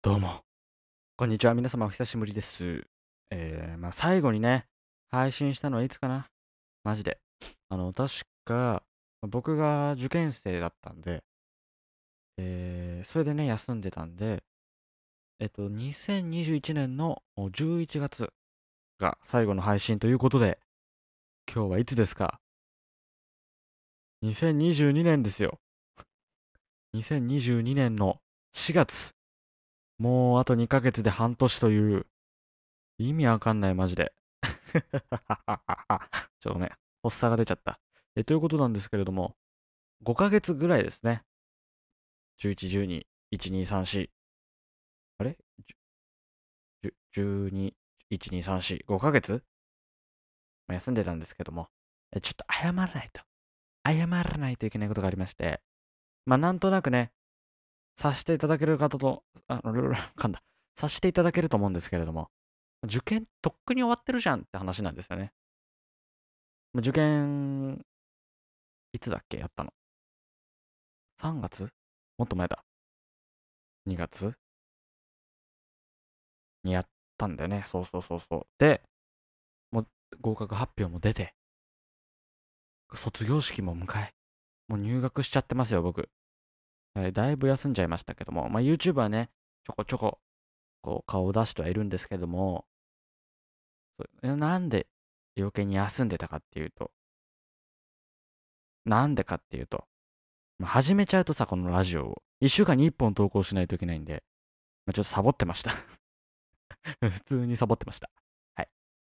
どうも、こんにちは。皆様お久しぶりです。最後にね、配信したのはいつかなマジで。確か、僕が受験生だったんで、それでね、休んでたんで、2021年の11月が最後の配信ということで、今日はいつですか？ 2022 年ですよ。2022年の4月。もうあと2ヶ月で半年という、意味わかんない、マジで。ちょっとね、発作が出ちゃった。ということなんですけれども、5ヶ月ぐらいですね。11、12、1、2、3、4。あれ ?12、1、2、3、4、5ヶ月休んでたんですけども、ちょっと謝らないといけないことがありまして、なんとなくね、させていただける方と、噛んだ。させていただけると思うんですけれども、受験とっくに終わってるじゃんって話なんですよね。受験、いつだっけやったの？ 3 月もっと前だ。2月にやったんだよね。そうそうそうそう。で、もう合格発表も出て、卒業式も迎え、もう入学しちゃってますよ、僕。だいぶ休んじゃいましたけども、YouTube はね、ちょこちょこ、こう、顔を出してはいるんですけども、なんで余計に休んでたかっていうと、なんでかっていうと、始めちゃうとさ、このラジオを、1週間に1本投稿しないといけないんで、ちょっとサボってました。普通にサボってました。はい。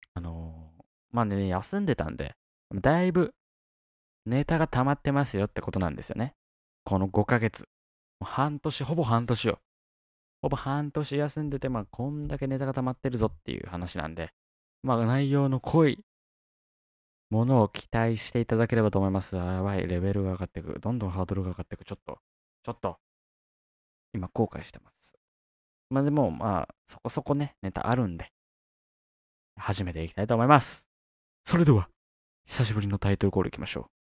休んでたんで、だいぶネタが溜まってますよってことなんですよね。この5ヶ月。半年、ほぼ半年よ。ほぼ半年休んでて、こんだけネタが溜まってるぞっていう話なんで、内容の濃いものを期待していただければと思います。やばい、レベルが上がっていく。どんどんハードルが上がっていく。ちょっと、今後悔してます。でも、そこそこね、ネタあるんで、始めていきたいと思います。それでは、久しぶりのタイトルコールいきましょう。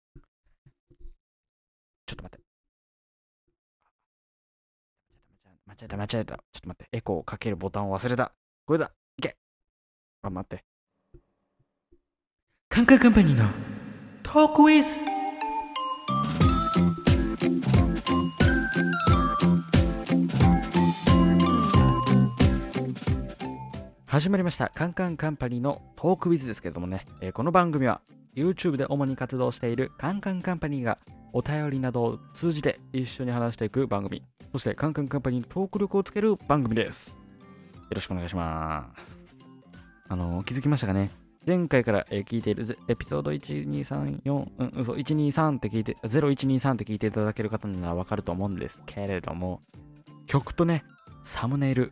ちょっと待って。間違えた。ちょっと待って。エコーをかけるボタンを忘れた。これだ。いけ。待って。カンカンカンパニーのトークウィズ。始まりました。カンカンカンパニーのトークウィズですけれどもね、この番組は YouTube で主に活動しているカンカンカンパニーがお便りなどを通じて一緒に話していく番組。そしてカンカンカンパニーにトーク力をつける番組です。よろしくお願いします。気づきましたかね？前回から聞いているエピソード1234、123って聞いて、0123って聞いていただける方ならわかると思うんですけれども、曲とね、サムネイル、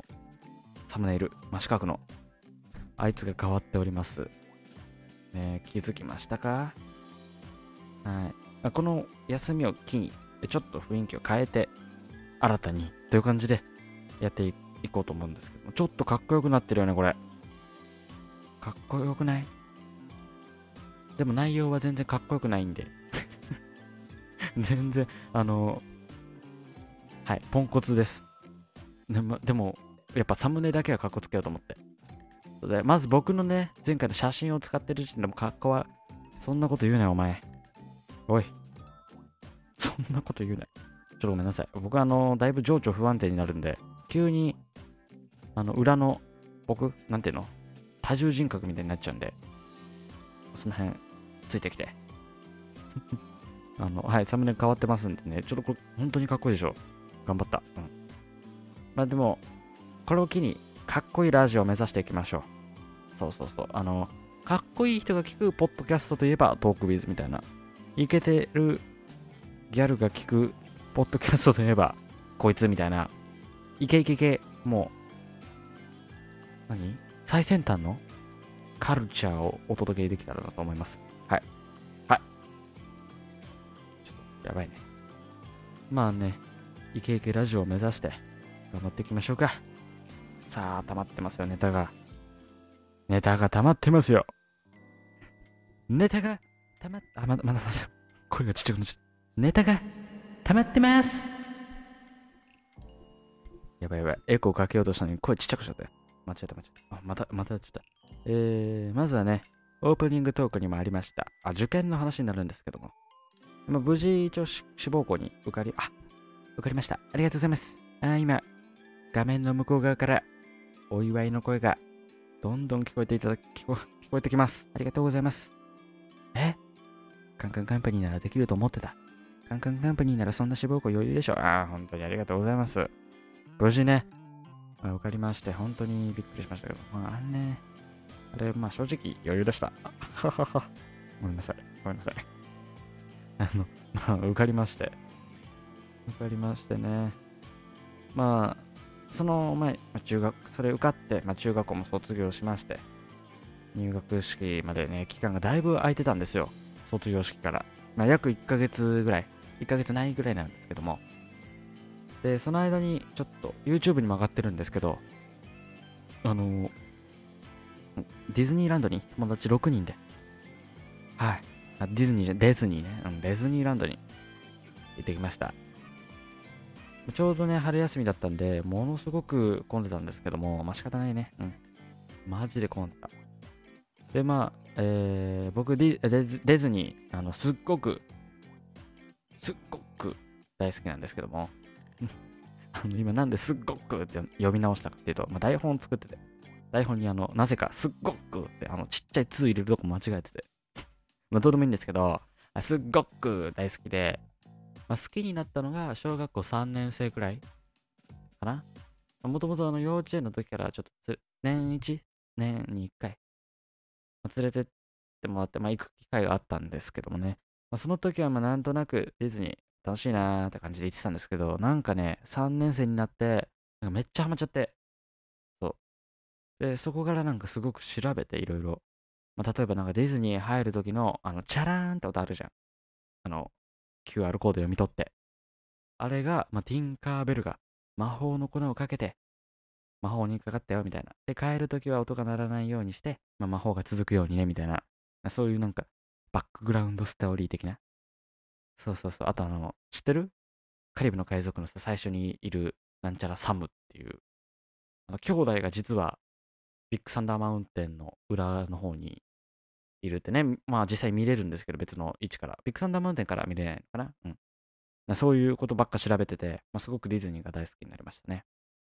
四角の、あいつが変わっております。気づきましたか？はい。この休みを機に、ちょっと雰囲気を変えて、新たに、という感じでやっていこうと思うんですけども、ちょっとかっこよくなってるよね、これ。かっこよくない？でも内容は全然かっこよくないんで。全然、はい、ポンコツです。でも、やっぱサムネだけはかっこつけようと思って。でまず僕のね、前回の写真を使ってる時点でもかっこは、そんなこと言うなよ、お前。おい。そんなこと言うなよ。ちょっとごめんなさい。僕だいぶ情緒不安定になるんで、急に、裏の、僕、なんていうの？多重人格みたいになっちゃうんで、その辺、ついてきて。はい、サムネ変わってますんでね、ちょっとこれ、本当にかっこいいでしょ。頑張った。うん。でも、これを機に、かっこいいラジオを目指していきましょう。そうそうそう。かっこいい人が聞くポッドキャストといえばトークビズみたいな。イケてるギャルが聞くポッドキャストといえばこいつみたいな。イケイケ系、もう、最先端のカルチャーをお届けできたらなと思います。はい。はい。ちょっと、やばいね。イケイケラジオを目指して頑張っていきましょうか。さあ、溜まってますよ、ネタが。ネタが溜まってますよ。ネタが溜まっ、まだ、声がちっちゃくなっちゃった。ネタが溜まってます。 やばいやばい。エコーかけようとしたのに声ちっちゃくしちゃったよ。間違えた間違えた。あ、またやっちゃった。まずはね、オープニングトークにもありました。受験の話になるんですけども。無事、一応志望校に受かりました。ありがとうございます。今、画面の向こう側からお祝いの声がどんどん聞こえてきます。ありがとうございます。カンカンカンパニーならできると思ってた。カンカンカンパニーならそんな志望校余裕でしょ。本当にありがとうございます。無事ね、受かりまして、本当にびっくりしましたけど、あれ、正直余裕でした。ははは。ごめんなさい。ごめんなさい。受かりまして。ね。その前、それ受かって、中学校も卒業しまして、入学式までね、期間がだいぶ空いてたんですよ。卒業式から。約1ヶ月ぐらい。1ヶ月ないぐらいなんですけども。で、その間にちょっと YouTube にも上がってるんですけど、ディズニーランドに友達6人で、はい。ディズニーね。ディズニーランドに行ってきました。ちょうどね、春休みだったんで、ものすごく混んでたんですけども、仕方ないね。マジで混んでた。で、僕ディズニー、すっごく大好きなんですけども、今なんですっごくって読み直したかっていうと、台本作ってて、台本になぜかすっごくってちっちゃい2入れるとこ間違えてて、どうでもいいんですけど、すっごく大好きで、好きになったのが小学校3年生くらいかな。もともと幼稚園の時からちょっと年に1回、連れてってもらって、行く機会があったんですけどもね。その時はなんとなくディズニー楽しいなーって感じで言ってたんですけど、なんかね、3年生になって、めっちゃハマっちゃって、そう。で、そこからなんかすごく調べていろいろ。例えばなんかディズニー入る時の、チャラーンって音あるじゃん。QR コード読み取って。あれが、ティンカーベルが魔法の粉をかけて、魔法にかかったよみたいな。で、帰るときは音が鳴らないようにして、魔法が続くようにねみたいな。そういうなんか、バックグラウンドストーリー的な。そうそうそう。あと知ってるカリブの海賊のさ、最初にいる、なんちゃらサムっていう、兄弟が実は、ビッグサンダーマウンテンの裏の方にいるってね。実際見れるんですけど、別の位置から。ビッグサンダーマウンテンから見れないのかな。そういうことばっか調べてて、すごくディズニーが大好きになりましたね。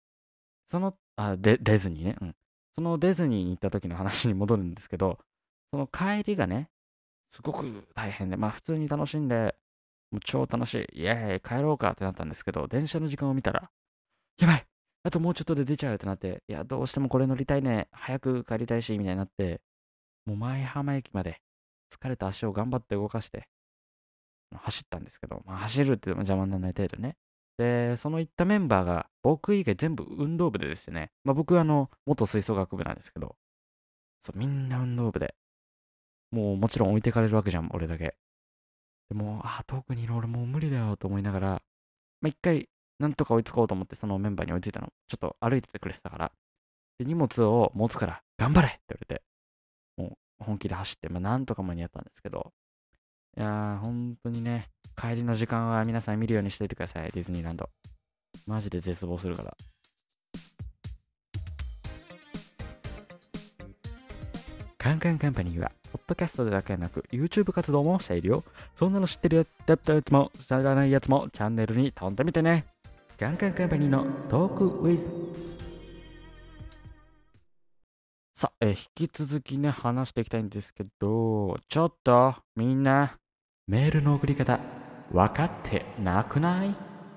ディズニーね。そのディズニーに行った時の話に戻るんですけど、その帰りがね、すごく大変で、普通に楽しんで、もう超楽しい、イエーイ、帰ろうかってなったんですけど、電車の時間を見たら、やばい、あともうちょっとで出ちゃうってなって、いや、どうしてもこれ乗りたいね、早く帰りたいし、みたいになって、もう舞浜駅まで疲れた足を頑張って動かして、走ったんですけど、走るって邪魔にならない程度ね。で、その行ったメンバーが、僕以外全部運動部でですね、僕元吹奏楽部なんですけど、そう、みんな運動部で、もちろん置いてかれるわけじゃん、俺だけ。でも、遠くにいる俺もう無理だよと思いながら、一回、なんとか追いつこうと思ってそのメンバーに追いついたの。ちょっと歩いててくれてたから。で、荷物を持つから、頑張れって言われて、もう本気で走って、なんとか間に合ったんですけど、いやー、本当にね、帰りの時間は皆さん見るようにしておいてください、ディズニーランド。マジで絶望するから。カンカンカンパニーは、ポッドキャストだけでなく、YouTube 活動もしているよ。そんなの知ってるやつも、知らないやつも、チャンネルに飛んでみてね。カンカンカンパニーのトークウィズ。さあ、引き続きね、話していきたいんですけど、ちょっと、みんな、メールの送り方、分かってなくない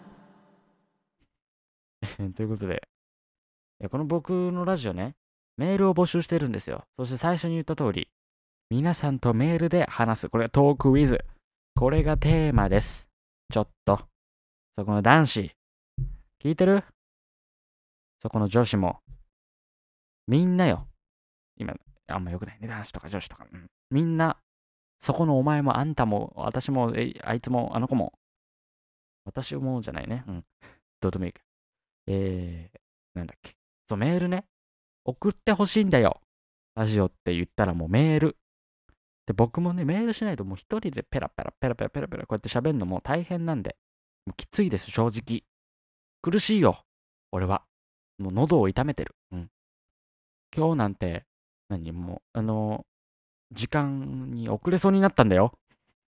ということで、この僕のラジオね、メールを募集してるんですよ。そして最初に言った通り、皆さんとメールで話す。これがトークウィズ。これがテーマです。ちょっと、そこの男子、聞いてるそこの女子も、みんなよ。今、あんま良くないね。男子とか女子とか。みんな、そこのお前もあんたも、私も、あいつも、あの子も、私もじゃないね。どうでもいいか。なんだっけ。そう、メールね。送ってほしいんだよ。ラジオって言ったらもうメール。で、僕もね、メールしないともう一人でペラペラペラペラペラペラこうやって喋るのも大変なんで、もうきついです、正直。苦しいよ。 俺は。もう喉を痛めてる。うん。今日なんて、もう、時間に遅れそうになったんだよ。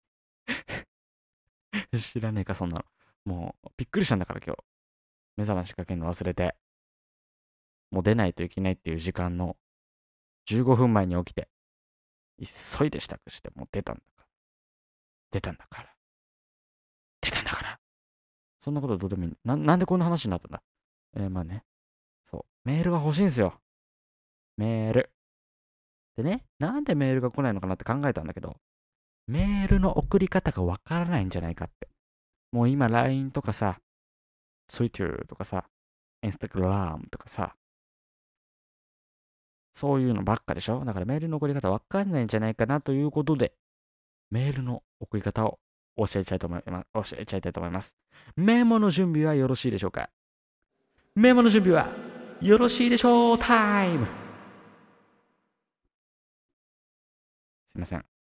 知らねえか、そんなの。もう、びっくりしたんだから今日。目覚ましかけるの忘れて、もう出ないといけないっていう時間の15分前に起きて、急いで支度して、もう出たんだから。出たんだから。出たんだから。そんなことどうでもいい。なんでこんな話になったんだ。まあね。そう。メールが欲しいんですよ。メール。でね、なんでメールが来ないのかなって考えたんだけど、メールの送り方がわからないんじゃないかって。もう今 LINE とかさ、Twitter とかさ、Instagram とかさ、そういうのばっかでしょ。だからメールの送り方わかんないんじゃないかなということで、メールの送り方を教えちゃいたいと思います。メモの準備はよろしいでしょうか？メモの準備はよろしいでしょうタイム。すいません。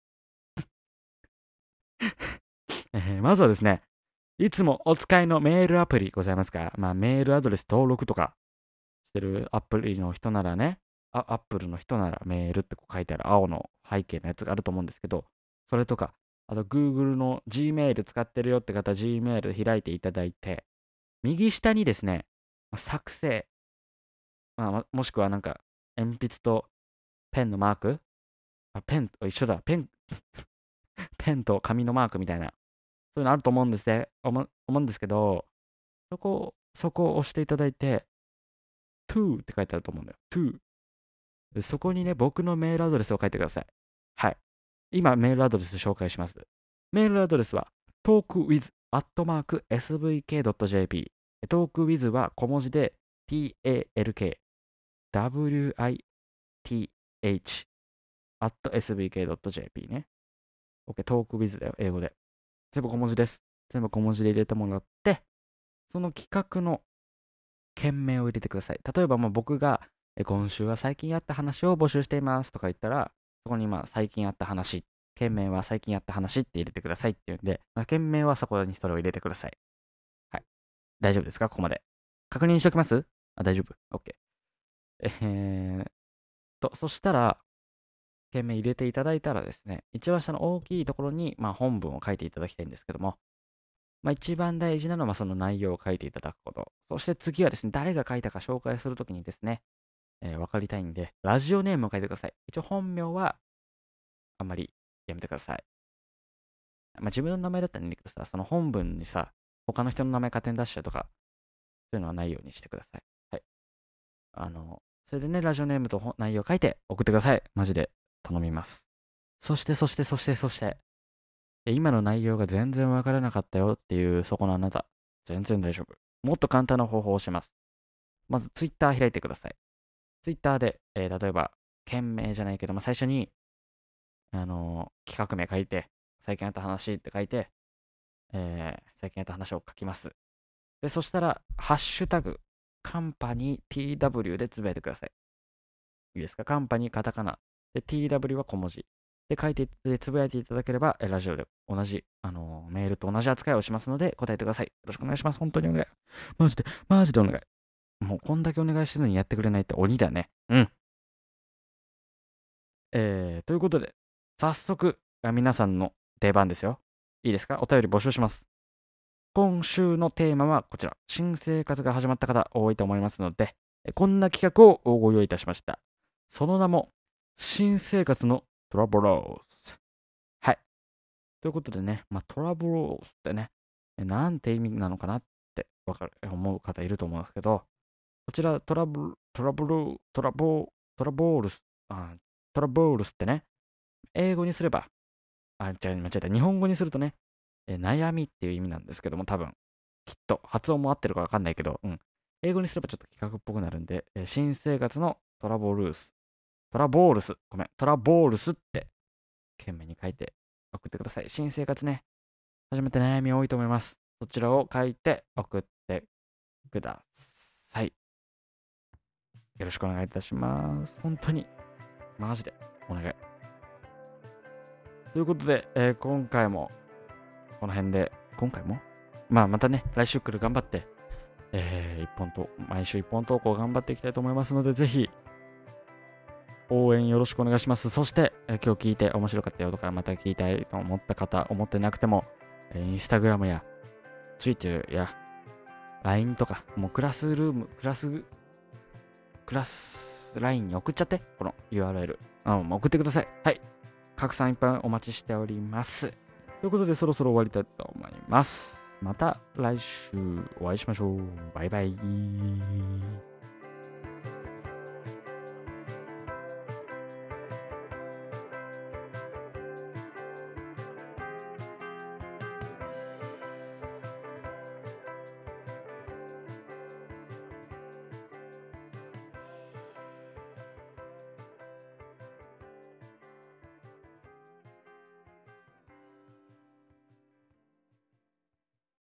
まずはですね、いつもお使いのメールアプリございますか？まあ、メールアドレス登録とかしてるアプリの人ならね、アップルの人ならメールってこう書いてある青の背景のやつがあると思うんですけど、それとか、あと Google の Gmail 使ってるよって方、Gmail 開いていただいて、右下にですね、作成、もしくはなんか、鉛筆とペンのマーク、ペンと一緒だ、ペンと紙のマークみたいな、そういうのあると思うんですね、思うんですけど、そこを押していただいて、to って書いてあると思うんだよ。to。そこにね、僕のメールアドレスを書いてください。はい。今、メールアドレス紹介します。メールアドレスは talkwiz@svk.jp。talkwiz は小文字で talk with svk.jp ね。OK、talkwiz だよ、英語で。全部小文字です。全部小文字で入れてもらって、その企画の件名を入れてください。例えば、僕が、今週は最近あった話を募集していますとか言ったら、そこに最近あった話、件名は最近あった話って入れてくださいっていうんで、件名はそこにそれを入れてください。はい。大丈夫ですかここまで。確認しておきます？大丈夫。OK。そしたら、件名入れていただいたらですね、一番下の大きいところに、本文を書いていただきたいんですけども、一番大事なのはその内容を書いていただくこと。そして次はですね、誰が書いたか紹介するときにですね、分かりたいんで、ラジオネームを書いてください。一応本名はあんまりやめてください。自分の名前だったらいいんだけどさ、その本文にさ、他の人の名前勝手に出しちゃうとか、そういうのはないようにしてください。はい。それでね、ラジオネームと内容を書いて送ってください。マジで頼みます。そして、今の内容が全然わからなかったよっていうそこのあなた、全然大丈夫。もっと簡単な方法をします。まず、ツイッター開いてください。ツイッターで、例えば、件名じゃないけど、最初に、企画名書いて、最近あった話って書いて、最近あった話を書きます。で、そしたら、ハッシュタグ、カンパニー TW でつぶやいてください。いいですか？カンパニーカタカナ。で、TW は小文字。で、書いて、つぶやいていただければ、ラジオで同じ、メールと同じ扱いをしますので、答えてください。よろしくお願いします。本当にお願い。マジでお願い。もう、こんだけお願いしてるのにやってくれないって鬼だね。うん。ということで、早速、皆さんの出番ですよ。いいですか？お便り募集します。今週のテーマはこちら。新生活が始まった方多いと思いますので、こんな企画をご用意いたしました。その名も、新生活のトラブルーズ。はい。ということでね、トラブルーズってね、なんて意味なのかなって思う方いると思うんですけど、こちらトラブルス、トラブルスってね、英語にすれば、間違えた。日本語にするとね、悩みっていう意味なんですけども、多分、きっと、発音も合ってるかわかんないけど、うん。英語にすればちょっと企画っぽくなるんで、新生活のトラボルース。トラボールス。ごめん。トラボールスって、懸命に書いて送ってください。新生活ね、初めて悩み多いと思います。そちらを書いて送ってください。よろしくお願いいたします。本当に、マジで、お願い。ということで、今回も、この辺で、今回もまたね、来週来る頑張って毎週1本投稿頑張っていきたいと思いますので、ぜひ応援よろしくお願いします。そして、今日聞いて面白かったよとか、また聞きたいと思った方、思ってなくても、インスタグラムやツイッターや LINE とか、もうクラス LINE に送っちゃって、この URL。もう送ってください。はい。拡散いっぱいお待ちしております。ということで、そろそろ終わりたいと思います。また来週お会いしましょう。バイバイ。